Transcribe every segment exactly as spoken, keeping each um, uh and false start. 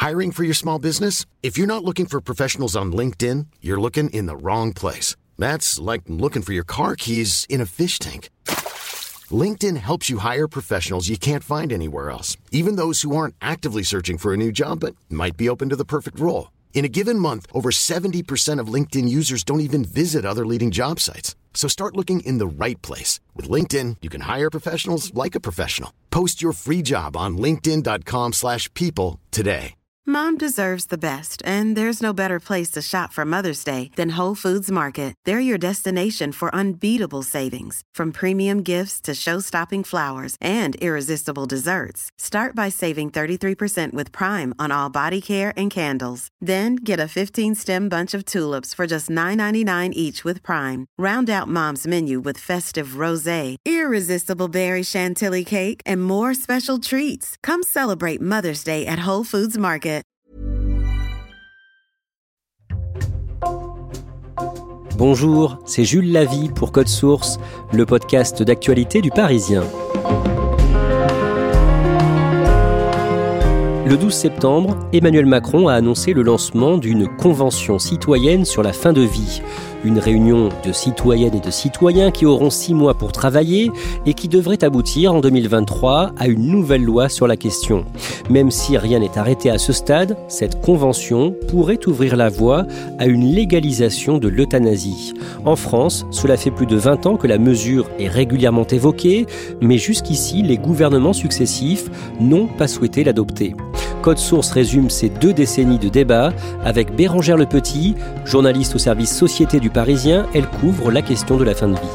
Hiring for your small business? If you're not looking for professionals on LinkedIn, you're looking in the wrong place. That's like looking for your car keys in a fish tank. LinkedIn helps you hire professionals you can't find anywhere else, even those who aren't actively searching for a new job but might be open to the perfect role. In a given month, over seventy percent of LinkedIn users don't even visit other leading job sites. So start looking in the right place. With LinkedIn, you can hire professionals like a professional. Post your free job on linkedin.com slash people today. Mom deserves the best, and there's no better place to shop for Mother's Day than Whole Foods Market. They're your destination for unbeatable savings, from premium gifts to show-stopping flowers and irresistible desserts. Start by saving thirty-three percent with Prime on all body care and candles. Then get a fifteen-stem bunch of tulips for just nine ninety-nine each with Prime. Round out Mom's menu with festive rosé, irresistible berry chantilly cake, and more special treats. Come celebrate Mother's Day at Whole Foods Market. Bonjour, c'est Jules Lavie pour Code Source, le podcast d'actualité du Parisien. Le douze septembre, Emmanuel Macron a annoncé le lancement d'une convention citoyenne sur la fin de vie. Une réunion de citoyennes et de citoyens qui auront six mois pour travailler et qui devrait aboutir en deux mille vingt-trois à une nouvelle loi sur la question. Même si rien n'est arrêté à ce stade, cette convention pourrait ouvrir la voie à une légalisation de l'euthanasie. En France, cela fait plus de vingt ans que la mesure est régulièrement évoquée, mais jusqu'ici, les gouvernements successifs n'ont pas souhaité l'adopter. Code Source résume ces deux décennies de débats avec Bérangère Lepetit, journaliste au service Société du Parisien. Elle couvre la question de la fin de vie.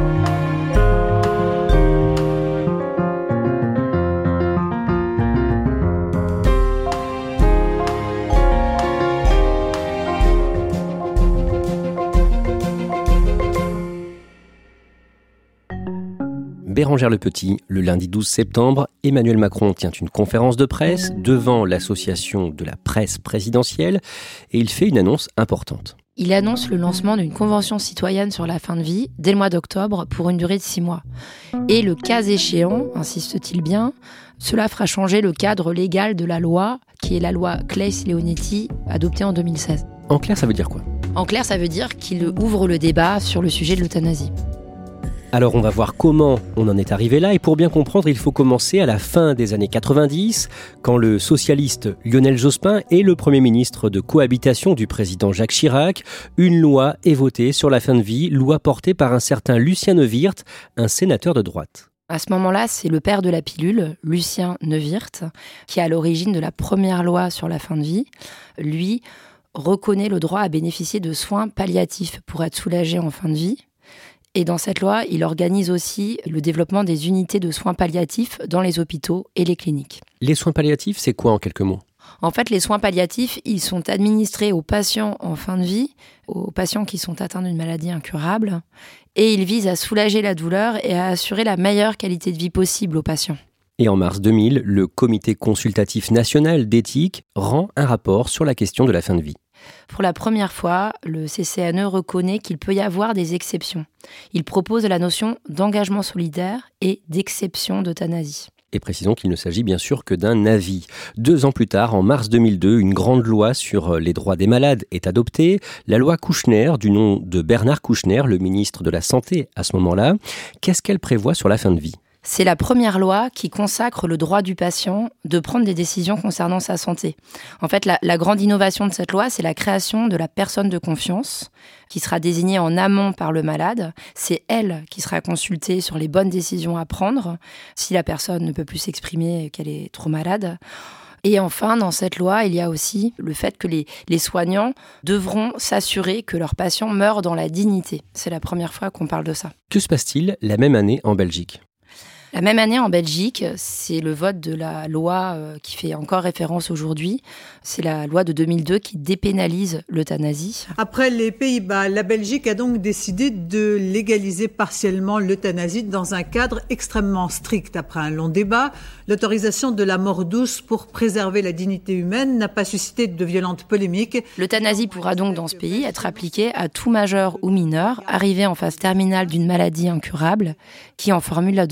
Bérangère Lepetit, le lundi douze septembre, Emmanuel Macron tient une conférence de presse devant l'association de la presse présidentielle et il fait une annonce importante. Il annonce le lancement d'une convention citoyenne sur la fin de vie dès le mois d'octobre pour une durée de six mois. Et le cas échéant, insiste-t-il bien, cela fera changer le cadre légal de la loi, qui est la loi Claeys-Leonetti, adoptée en deux mille seize. En clair, ça veut dire quoi ? En clair, ça veut dire qu'il ouvre le débat sur le sujet de l'euthanasie. Alors on va voir comment on en est arrivé là et pour bien comprendre, il faut commencer à la fin des années quatre-vingt-dix quand le socialiste Lionel Jospin est le Premier ministre de cohabitation du président Jacques Chirac. Une loi est votée sur la fin de vie, loi portée par un certain Lucien Neuwirth, un sénateur de droite. À ce moment-là, c'est le père de la pilule, Lucien Neuwirth, qui est à l'origine de la première loi sur la fin de vie. Lui reconnaît le droit à bénéficier de soins palliatifs pour être soulagé en fin de vie. Et dans cette loi, il organise aussi le développement des unités de soins palliatifs dans les hôpitaux et les cliniques. Les soins palliatifs, c'est quoi en quelques mots ? En fait, les soins palliatifs, ils sont administrés aux patients en fin de vie, aux patients qui sont atteints d'une maladie incurable, et ils visent à soulager la douleur et à assurer la meilleure qualité de vie possible aux patients. Et en mars deux mille, le Comité consultatif national d'éthique rend un rapport sur la question de la fin de vie. Pour la première fois, le C C N E reconnaît qu'il peut y avoir des exceptions. Il propose la notion d'engagement solidaire et d'exception d'euthanasie. Et précisons qu'il ne s'agit bien sûr que d'un avis. Deux ans plus tard, en mars deux mille deux, une grande loi sur les droits des malades est adoptée. La loi Kouchner, du nom de Bernard Kouchner, le ministre de la Santé à ce moment-là. Qu'est-ce qu'elle prévoit sur la fin de vie ? C'est la première loi qui consacre le droit du patient de prendre des décisions concernant sa santé. En fait, la, la grande innovation de cette loi, c'est la création de la personne de confiance qui sera désignée en amont par le malade. C'est elle qui sera consultée sur les bonnes décisions à prendre si la personne ne peut plus s'exprimer et qu'elle est trop malade. Et enfin, dans cette loi, il y a aussi le fait que les, les soignants devront s'assurer que leurs patients meurent dans la dignité. C'est la première fois qu'on parle de ça. Que se passe-t-il la même année en Belgique ? La même année en Belgique, c'est le vote de la loi euh, qui fait encore référence aujourd'hui. C'est la loi de deux mille deux qui dépénalise l'euthanasie. Après les Pays-Bas, la Belgique a donc décidé de légaliser partiellement l'euthanasie dans un cadre extrêmement strict. Après un long débat, l'autorisation de la mort douce pour préserver la dignité humaine n'a pas suscité de violentes polémiques. L'euthanasie pourra donc dans ce pays être appliquée à tout majeur ou mineur arrivé en phase terminale d'une maladie incurable qui en formule la demande.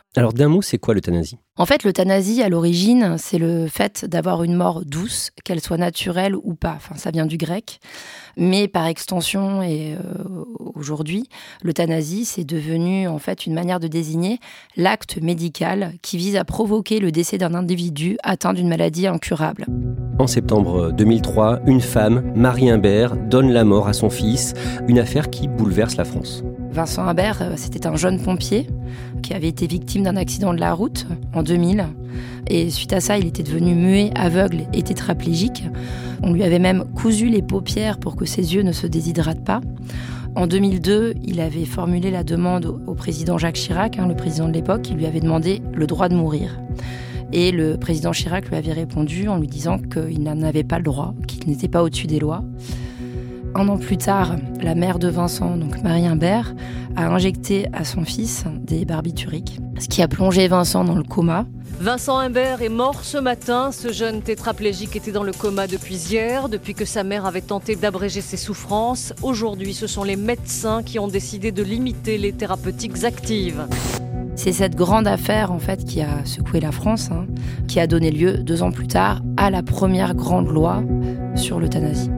Alors d'un mot, c'est quoi l'euthanasie ? En fait, l'euthanasie, à l'origine, c'est le fait d'avoir une mort douce, qu'elle soit naturelle ou pas. Enfin, ça vient du grec. Mais par extension, et euh, aujourd'hui, l'euthanasie, c'est devenu en fait une manière de désigner l'acte médical qui vise à provoquer le décès d'un individu atteint d'une maladie incurable. En septembre deux mille trois, une femme, Marie Imbert, donne la mort à son fils, une affaire qui bouleverse la France. Vincent Imbert, c'était un jeune pompier qui avait été victime d'un accident de la route en deux mille. Et suite à ça, il était devenu muet, aveugle et tétraplégique. On lui avait même cousu les paupières pour que ses yeux ne se déshydratent pas. En deux mille deux, il avait formulé la demande au président Jacques Chirac, hein, le président de l'époque, qui lui avait demandé le droit de mourir. Et le président Chirac lui avait répondu en lui disant qu'il n'en avait pas le droit, qu'il n'était pas au-dessus des lois. Un an plus tard, la mère de Vincent, donc Marie Imbert, a injecté à son fils des barbituriques, ce qui a plongé Vincent dans le coma. Vincent Imbert est mort ce matin. Ce jeune tétraplégique était dans le coma depuis hier, depuis que sa mère avait tenté d'abréger ses souffrances. Aujourd'hui, ce sont les médecins qui ont décidé de limiter les thérapeutiques actives. C'est cette grande affaire en fait qui a secoué la France, hein, qui a donné lieu deux ans plus tard à la première grande loi sur l'euthanasie.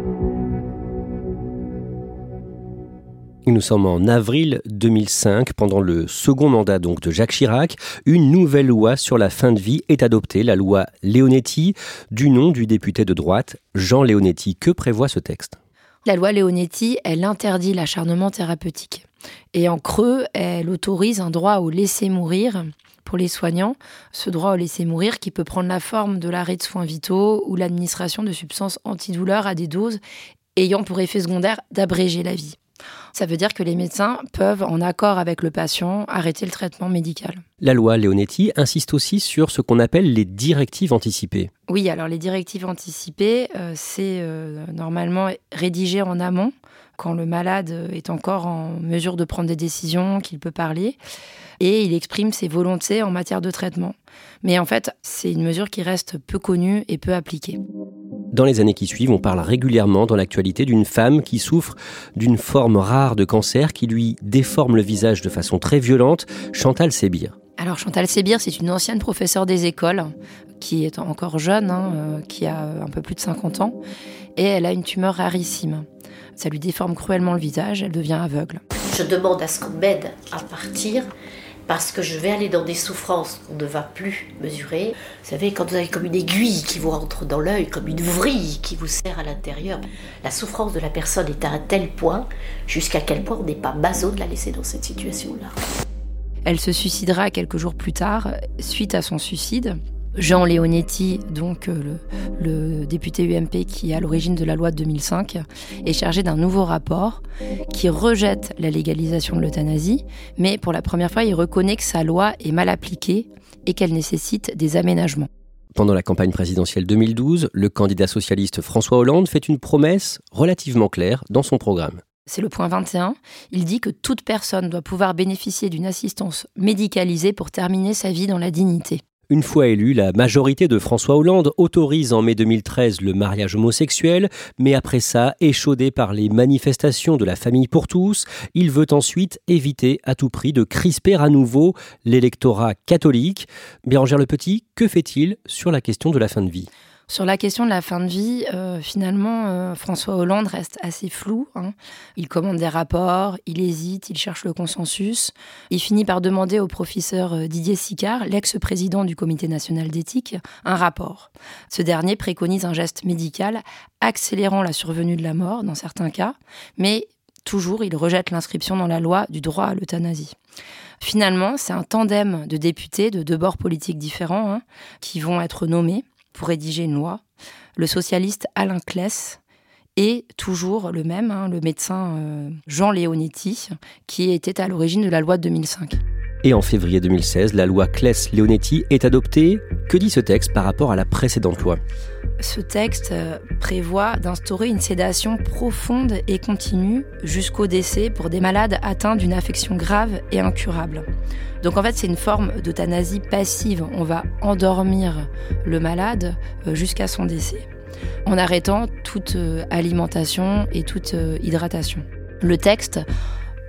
Nous sommes en avril deux mille cinq, pendant le second mandat donc de Jacques Chirac. Une nouvelle loi sur la fin de vie est adoptée, la loi Leonetti, du nom du député de droite Jean Leonetti. Que prévoit ce texte ? La loi Leonetti, elle interdit l'acharnement thérapeutique. Et en creux, elle autorise un droit au laisser-mourir pour les soignants. Ce droit au laisser-mourir qui peut prendre la forme de l'arrêt de soins vitaux ou l'administration de substances antidouleurs à des doses ayant pour effet secondaire d'abréger la vie. Ça veut dire que les médecins peuvent, en accord avec le patient, arrêter le traitement médical. La loi Leonetti insiste aussi sur ce qu'on appelle les directives anticipées. Oui, alors les directives anticipées, euh, c'est euh, normalement rédigé en amont, quand le malade est encore en mesure de prendre des décisions, qu'il peut parler, et il exprime ses volontés en matière de traitement. Mais en fait, c'est une mesure qui reste peu connue et peu appliquée. Dans les années qui suivent, on parle régulièrement dans l'actualité d'une femme qui souffre d'une forme rare de cancer qui lui déforme le visage de façon très violente, Chantal Sébir. Alors Chantal Sébir, c'est une ancienne professeure des écoles qui est encore jeune, hein, euh, qui a un peu plus de cinquante ans, et elle a une tumeur rarissime. Ça lui déforme cruellement le visage, elle devient aveugle. Je demande à ce qu'on m'aide à partir parce que je vais aller dans des souffrances qu'on ne va plus mesurer. Vous savez, quand vous avez comme une aiguille qui vous rentre dans l'œil, comme une vrille qui vous serre à l'intérieur, la souffrance de la personne est à un tel point, jusqu'à quel point on n'est pas maso de la laisser dans cette situation-là. Elle se suicidera quelques jours plus tard, suite à son suicide. Jean Leonetti, donc le, le député U M P qui est à l'origine de la loi de deux mille cinq, est chargé d'un nouveau rapport qui rejette la légalisation de l'euthanasie, mais pour la première fois, il reconnaît que sa loi est mal appliquée et qu'elle nécessite des aménagements. Pendant la campagne présidentielle deux mille douze, le candidat socialiste François Hollande fait une promesse relativement claire dans son programme. C'est le point vingt et un. Il dit que toute personne doit pouvoir bénéficier d'une assistance médicalisée pour terminer sa vie dans la dignité. Une fois élu, la majorité de François Hollande autorise en mai deux mille treize le mariage homosexuel, mais après ça, échaudé par les manifestations de la famille pour tous, il veut ensuite éviter à tout prix de crisper à nouveau l'électorat catholique. Bérangère Lepetit, que fait-il sur la question de la fin de vie ? Sur la question de la fin de vie, euh, finalement, euh, François Hollande reste assez flou. Hein. Il commande des rapports, il hésite, il cherche le consensus. Il finit par demander au professeur Didier Sicard, l'ex-président du Comité national d'éthique, un rapport. Ce dernier préconise un geste médical accélérant la survenue de la mort, dans certains cas, mais toujours, il rejette l'inscription dans la loi du droit à l'euthanasie. Finalement, c'est un tandem de députés de deux bords politiques différents hein, qui vont être nommés pour rédiger une loi, le socialiste Alain Claes et toujours le même, hein, le médecin euh, Jean Leonetti, qui était à l'origine de la loi de deux mille cinq. Et en février deux mille seize, la loi Claes-Leonetti est adoptée. Que dit ce texte par rapport à la précédente loi ? Ce texte euh, prévoit d'instaurer une sédation profonde et continue jusqu'au décès pour des malades atteints d'une affection grave et incurable. Donc en fait, c'est une forme d'euthanasie passive. On va endormir le malade euh, jusqu'à son décès, en arrêtant toute euh, alimentation et toute euh, hydratation. Le texte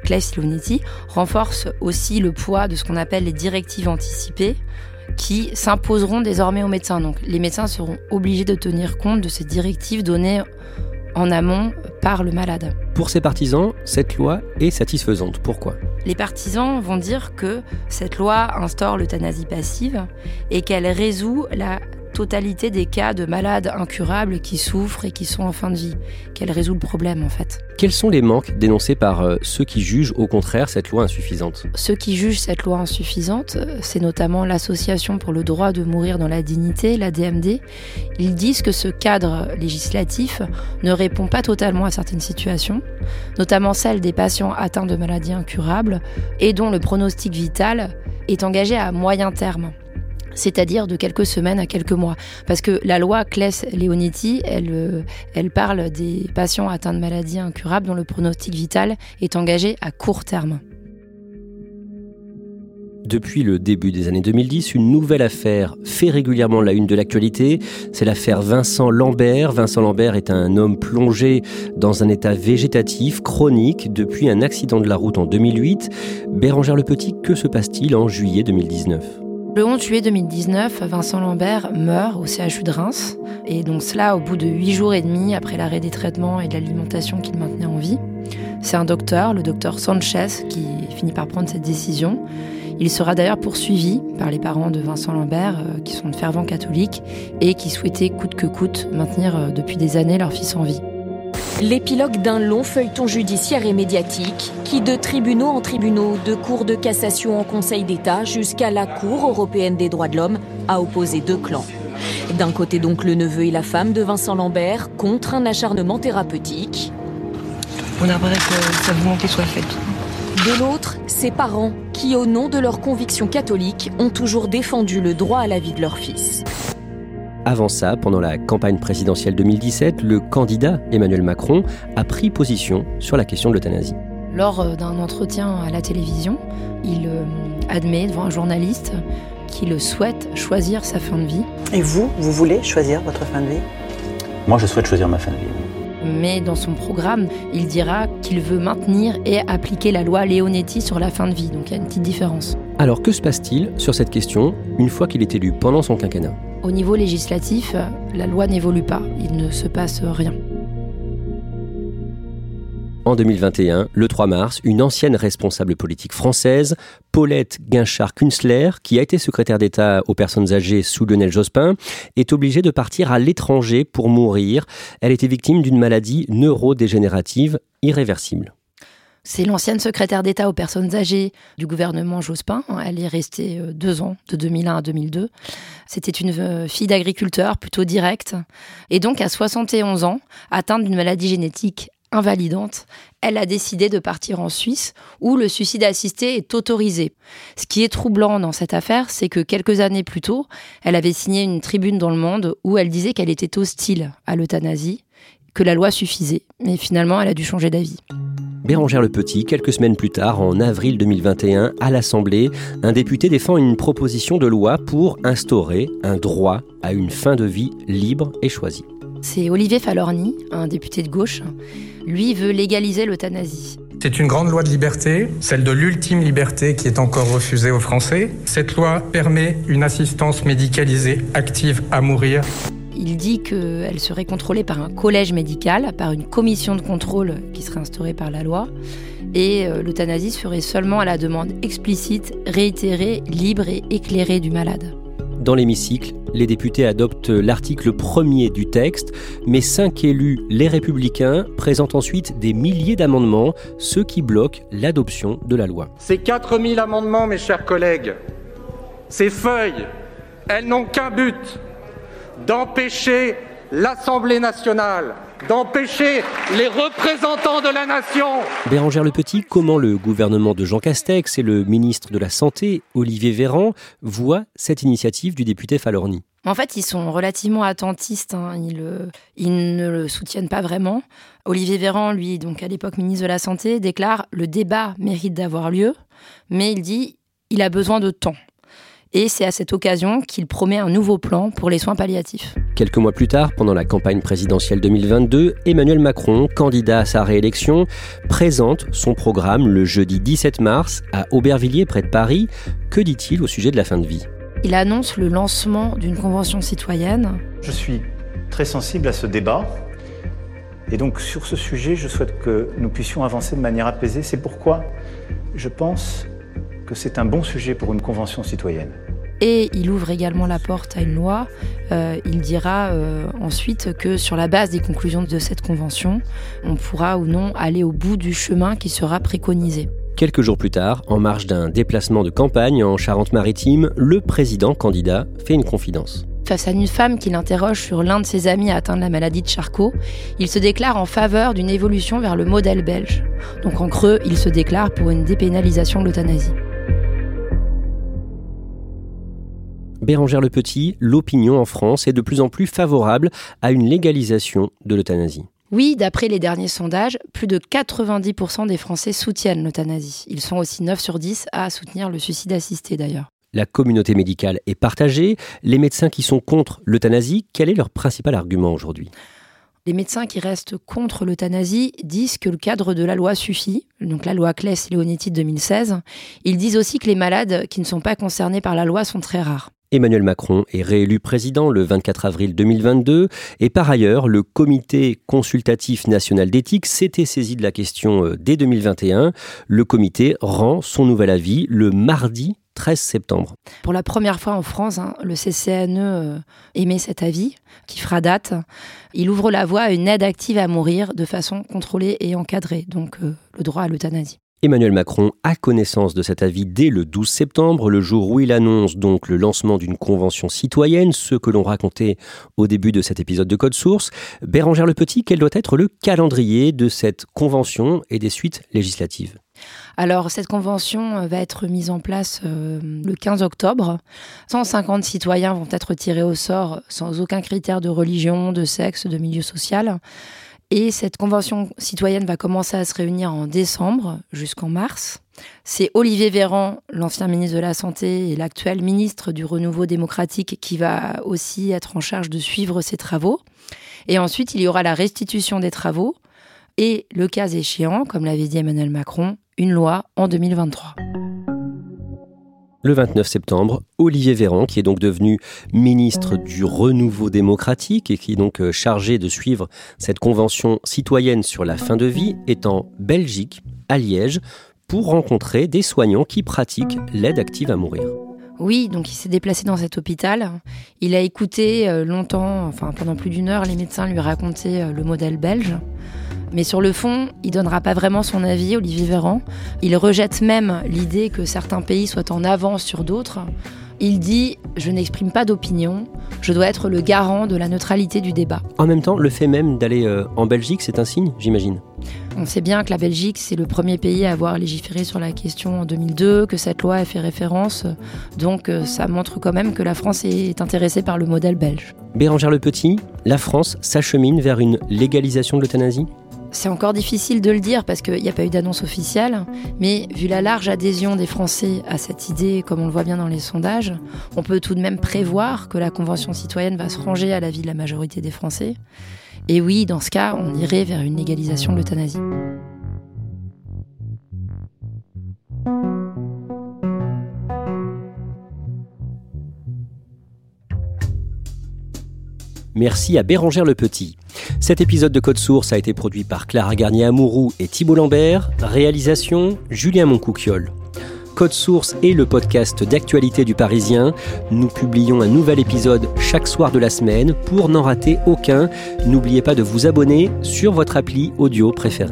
Claes Leonetti, renforce aussi le poids de ce qu'on appelle les directives anticipées, qui s'imposeront désormais aux médecins. Donc, les médecins seront obligés de tenir compte de ces directives données en amont par le malade. Pour ses partisans, cette loi est satisfaisante. Pourquoi ? Les partisans vont dire que cette loi instaure l'euthanasie passive et qu'elle résout la totalité des cas de malades incurables qui souffrent et qui sont en fin de vie, qu'elle résout le problème en fait. Quels sont les manques dénoncés par euh, ceux qui jugent au contraire cette loi insuffisante ? Ceux qui jugent cette loi insuffisante, c'est notamment l'Association pour le droit de mourir dans la dignité, l'A D M D. Ils disent que ce cadre législatif ne répond pas totalement à certaines situations, notamment celle des patients atteints de maladies incurables et dont le pronostic vital est engagé à moyen terme, c'est-à-dire de quelques semaines à quelques mois. Parce que la loi Claes Leonetti, elle, elle parle des patients atteints de maladies incurables dont le pronostic vital est engagé à court terme. Depuis le début des années deux mille dix, une nouvelle affaire fait régulièrement la une de l'actualité. C'est l'affaire Vincent Lambert. Vincent Lambert est un homme plongé dans un état végétatif chronique depuis un accident de la route en deux mille huit. Bérangère Lepetit, que se passe-t-il en juillet deux mille dix-neuf ? Le onze juillet deux mille dix-neuf, Vincent Lambert meurt au C H U de Reims. Et donc cela au bout de huit jours et demi après l'arrêt des traitements et de l'alimentation qu'il maintenait en vie. C'est un docteur, le docteur Sanchez, qui finit par prendre cette décision. Il sera d'ailleurs poursuivi par les parents de Vincent Lambert, euh, qui sont de fervents catholiques et qui souhaitaient coûte que coûte maintenir euh, depuis des années leur fils en vie. L'épilogue d'un long feuilleton judiciaire et médiatique qui, de tribunaux en tribunaux, de cours de cassation en Conseil d'État jusqu'à la Cour européenne des droits de l'homme, a opposé deux clans. D'un côté donc le neveu et la femme de Vincent Lambert contre un acharnement thérapeutique. On aimerait que sa volonté soit faite. De l'autre, ses parents qui, au nom de leurs convictions catholiques, ont toujours défendu le droit à la vie de leur fils. Avant ça, pendant la campagne présidentielle deux mille dix-sept, le candidat Emmanuel Macron a pris position sur la question de l'euthanasie. Lors d'un entretien à la télévision, il euh, admet devant un journaliste qu'il souhaite choisir sa fin de vie. Et vous, vous voulez choisir votre fin de vie ? Moi, je souhaite choisir ma fin de vie. Mais dans son programme, il dira qu'il veut maintenir et appliquer la loi Leonetti sur la fin de vie. Donc il y a une petite différence. Alors que se passe-t-il sur cette question une fois qu'il est élu pendant son quinquennat ? Au niveau législatif, la loi n'évolue pas. Il ne se passe rien. En deux mille vingt et un, le trois mars, une ancienne responsable politique française, Paulette Guinchard-Kunstler, qui a été secrétaire d'État aux personnes âgées sous Lionel Jospin, est obligée de partir à l'étranger pour mourir. Elle était victime d'une maladie neurodégénérative irréversible. C'est l'ancienne secrétaire d'État aux personnes âgées du gouvernement Jospin. Elle y est restée deux ans, de deux mille un à deux mille deux. C'était une fille d'agriculteur plutôt directe. Et donc, à soixante et onze ans, atteinte d'une maladie génétique invalidante, elle a décidé de partir en Suisse où le suicide assisté est autorisé. Ce qui est troublant dans cette affaire, c'est que quelques années plus tôt, elle avait signé une tribune dans Le Monde où elle disait qu'elle était hostile à l'euthanasie, que la loi suffisait. Mais finalement, elle a dû changer d'avis. Bérangère Lepetit, quelques semaines plus tard, en avril deux mille vingt et un, à l'Assemblée, un député défend une proposition de loi pour instaurer un droit à une fin de vie libre et choisie. C'est Olivier Falorni, un député de gauche. Lui veut légaliser l'euthanasie. C'est une grande loi de liberté, celle de l'ultime liberté qui est encore refusée aux Français. Cette loi permet une assistance médicalisée active à mourir. Il dit qu'elle serait contrôlée par un collège médical, par une commission de contrôle qui serait instaurée par la loi. Et euh, l'euthanasie se ferait seulement à la demande explicite, réitérée, libre et éclairée du malade. Dans l'hémicycle, les députés adoptent l'article premier du texte, mais cinq élus, les Républicains, présentent ensuite des milliers d'amendements, ce qui bloque l'adoption de la loi. Ces quatre mille amendements, mes chers collègues, ces feuilles, elles n'ont qu'un but, d'empêcher l'Assemblée nationale, d'empêcher les représentants de la nation. Bérangère Lepetit, comment le gouvernement de Jean Castex et le ministre de la Santé, Olivier Véran, voient cette initiative du député Falorni ? En fait, ils sont relativement attentistes, hein. ils, ils ne le soutiennent pas vraiment. Olivier Véran, lui, donc à l'époque ministre de la Santé, déclare « le débat mérite d'avoir lieu », mais il dit « il a besoin de temps ». Et c'est à cette occasion qu'il promet un nouveau plan pour les soins palliatifs. Quelques mois plus tard, pendant la campagne présidentielle deux mille vingt-deux, Emmanuel Macron, candidat à sa réélection, présente son programme le jeudi dix-sept mars à Aubervilliers, près de Paris. Que dit-il au sujet de la fin de vie ? Il annonce le lancement d'une convention citoyenne. Je suis très sensible à ce débat. Et donc sur ce sujet, je souhaite que nous puissions avancer de manière apaisée. C'est pourquoi je pense que c'est un bon sujet pour une convention citoyenne. Et il ouvre également la porte à une loi. Euh, il dira euh, ensuite que sur la base des conclusions de cette convention, on pourra ou non aller au bout du chemin qui sera préconisé. Quelques jours plus tard, en marge d'un déplacement de campagne en Charente-Maritime, le président candidat fait une confidence. Face à une femme qui l'interroge sur l'un de ses amis atteint de la maladie de Charcot, il se déclare en faveur d'une évolution vers le modèle belge. Donc en creux, il se déclare pour une dépénalisation de l'euthanasie. Bérengère Lepetit, l'opinion en France est de plus en plus favorable à une légalisation de l'euthanasie. Oui, d'après les derniers sondages, plus de quatre-vingt-dix pour cent des Français soutiennent l'euthanasie. Ils sont aussi neuf sur dix à soutenir le suicide assisté d'ailleurs. La communauté médicale est partagée. Les médecins qui sont contre l'euthanasie, quel est leur principal argument aujourd'hui ? Les médecins qui restent contre l'euthanasie disent que le cadre de la loi suffit, donc la loi Claes-Leonetti de deux mille seize. Ils disent aussi que les malades qui ne sont pas concernés par la loi sont très rares. Emmanuel Macron est réélu président le vingt-quatre avril deux mille vingt-deux et par ailleurs, le Comité consultatif national d'éthique s'était saisi de la question dès deux mille vingt et un. Le comité rend son nouvel avis le mardi treize septembre. Pour la première fois en France, hein, le C C N E émet cet avis qui fera date. Il ouvre la voie à une aide active à mourir de façon contrôlée et encadrée, donc euh, le droit à l'euthanasie. Emmanuel Macron a connaissance de cet avis dès le douze septembre, le jour où il annonce donc le lancement d'une convention citoyenne, ce que l'on racontait au début de cet épisode de Code Source. Bérengère Lepetit, quel doit être le calendrier de cette convention et des suites législatives ? Alors, cette convention va être mise en place euh, le quinze octobre. cent cinquante citoyens vont être tirés au sort sans aucun critère de religion, de sexe, de milieu social. Et cette convention citoyenne va commencer à se réunir en décembre jusqu'en mars. C'est Olivier Véran, l'ancien ministre de la Santé et l'actuel ministre du Renouveau démocratique, qui va aussi être en charge de suivre ces travaux. Et ensuite, il y aura la restitution des travaux et, le cas échéant, comme l'avait dit Emmanuel Macron, une loi en deux mille vingt-trois. Le vingt-neuf septembre, Olivier Véran, qui est donc devenu ministre du Renouveau démocratique et qui est donc chargé de suivre cette convention citoyenne sur la fin de vie, est en Belgique, à Liège, pour rencontrer des soignants qui pratiquent l'aide active à mourir. Oui, donc il s'est déplacé dans cet hôpital. Il a écouté longtemps, enfin pendant plus d'une heure, les médecins lui raconter le modèle belge. Mais sur le fond, il ne donnera pas vraiment son avis, Olivier Véran. Il rejette même l'idée que certains pays soient en avance sur d'autres. Il dit « Je n'exprime pas d'opinion, je dois être le garant de la neutralité du débat ». En même temps, le fait même d'aller euh, en Belgique, c'est un signe, j'imagine. On sait bien que la Belgique, c'est le premier pays à avoir légiféré sur la question en deux mille deux, que cette loi a fait référence. Donc ça montre quand même que la France est intéressée par le modèle belge. Bérengère Lepetit, la France s'achemine vers une légalisation de l'euthanasie ? C'est encore difficile de le dire parce qu'il n'y a pas eu d'annonce officielle, mais vu la large adhésion des Français à cette idée, comme on le voit bien dans les sondages, on peut tout de même prévoir que la Convention citoyenne va se ranger à l'avis de la majorité des Français. Et oui, dans ce cas, on irait vers une légalisation de l'euthanasie. Merci à Bérengère Lepetit. Cet épisode de Code Source a été produit par Clara Garnier-Amouroux et Thibault Lambert. Réalisation, Julien Moncouquiol. Code Source est le podcast d'actualité du Parisien. Nous publions un nouvel épisode chaque soir de la semaine. Pour n'en rater aucun, n'oubliez pas de vous abonner sur votre appli audio préférée.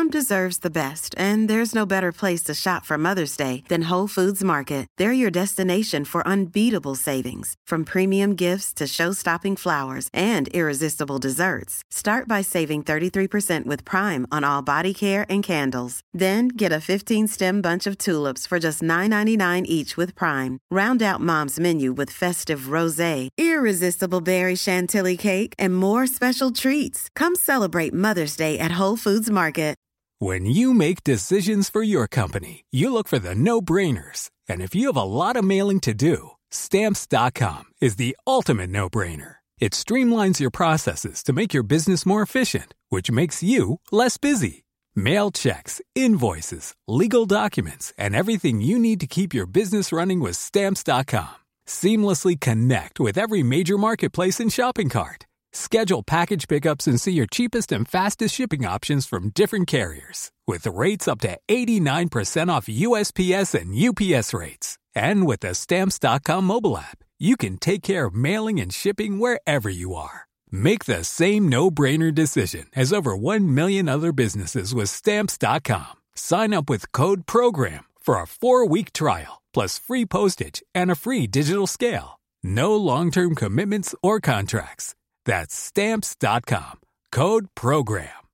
Mom deserves the best, and there's no better place to shop for Mother's Day than Whole Foods Market. They're your destination for unbeatable savings, from premium gifts to show-stopping flowers and irresistible desserts. Start by saving thirty-three percent with Prime on all body care and candles. Then get a fifteen-stem bunch of tulips for just nine ninety-nine each with Prime. Round out Mom's menu with festive rosé, irresistible berry chantilly cake, and more special treats. Come celebrate Mother's Day at Whole Foods Market. When you make decisions for your company, you look for the no-brainers. And if you have a lot of mailing to do, Stamps dot com is the ultimate no-brainer. It streamlines your processes to make your business more efficient, which makes you less busy. Mail checks, invoices, legal documents, and everything you need to keep your business running with Stamps dot com. Seamlessly connect with every major marketplace and shopping cart. Schedule package pickups and see your cheapest and fastest shipping options from different carriers, with rates up to eighty-nine percent off U S P S and U P S rates. And with the Stamps dot com mobile app, you can take care of mailing and shipping wherever you are. Make the same no-brainer decision as over one million other businesses with Stamps dot com. Sign up with code PROGRAM for a four-week trial, plus free postage and a free digital scale. No long-term commitments or contracts. That's Stamps dot com. Code PROGRAM.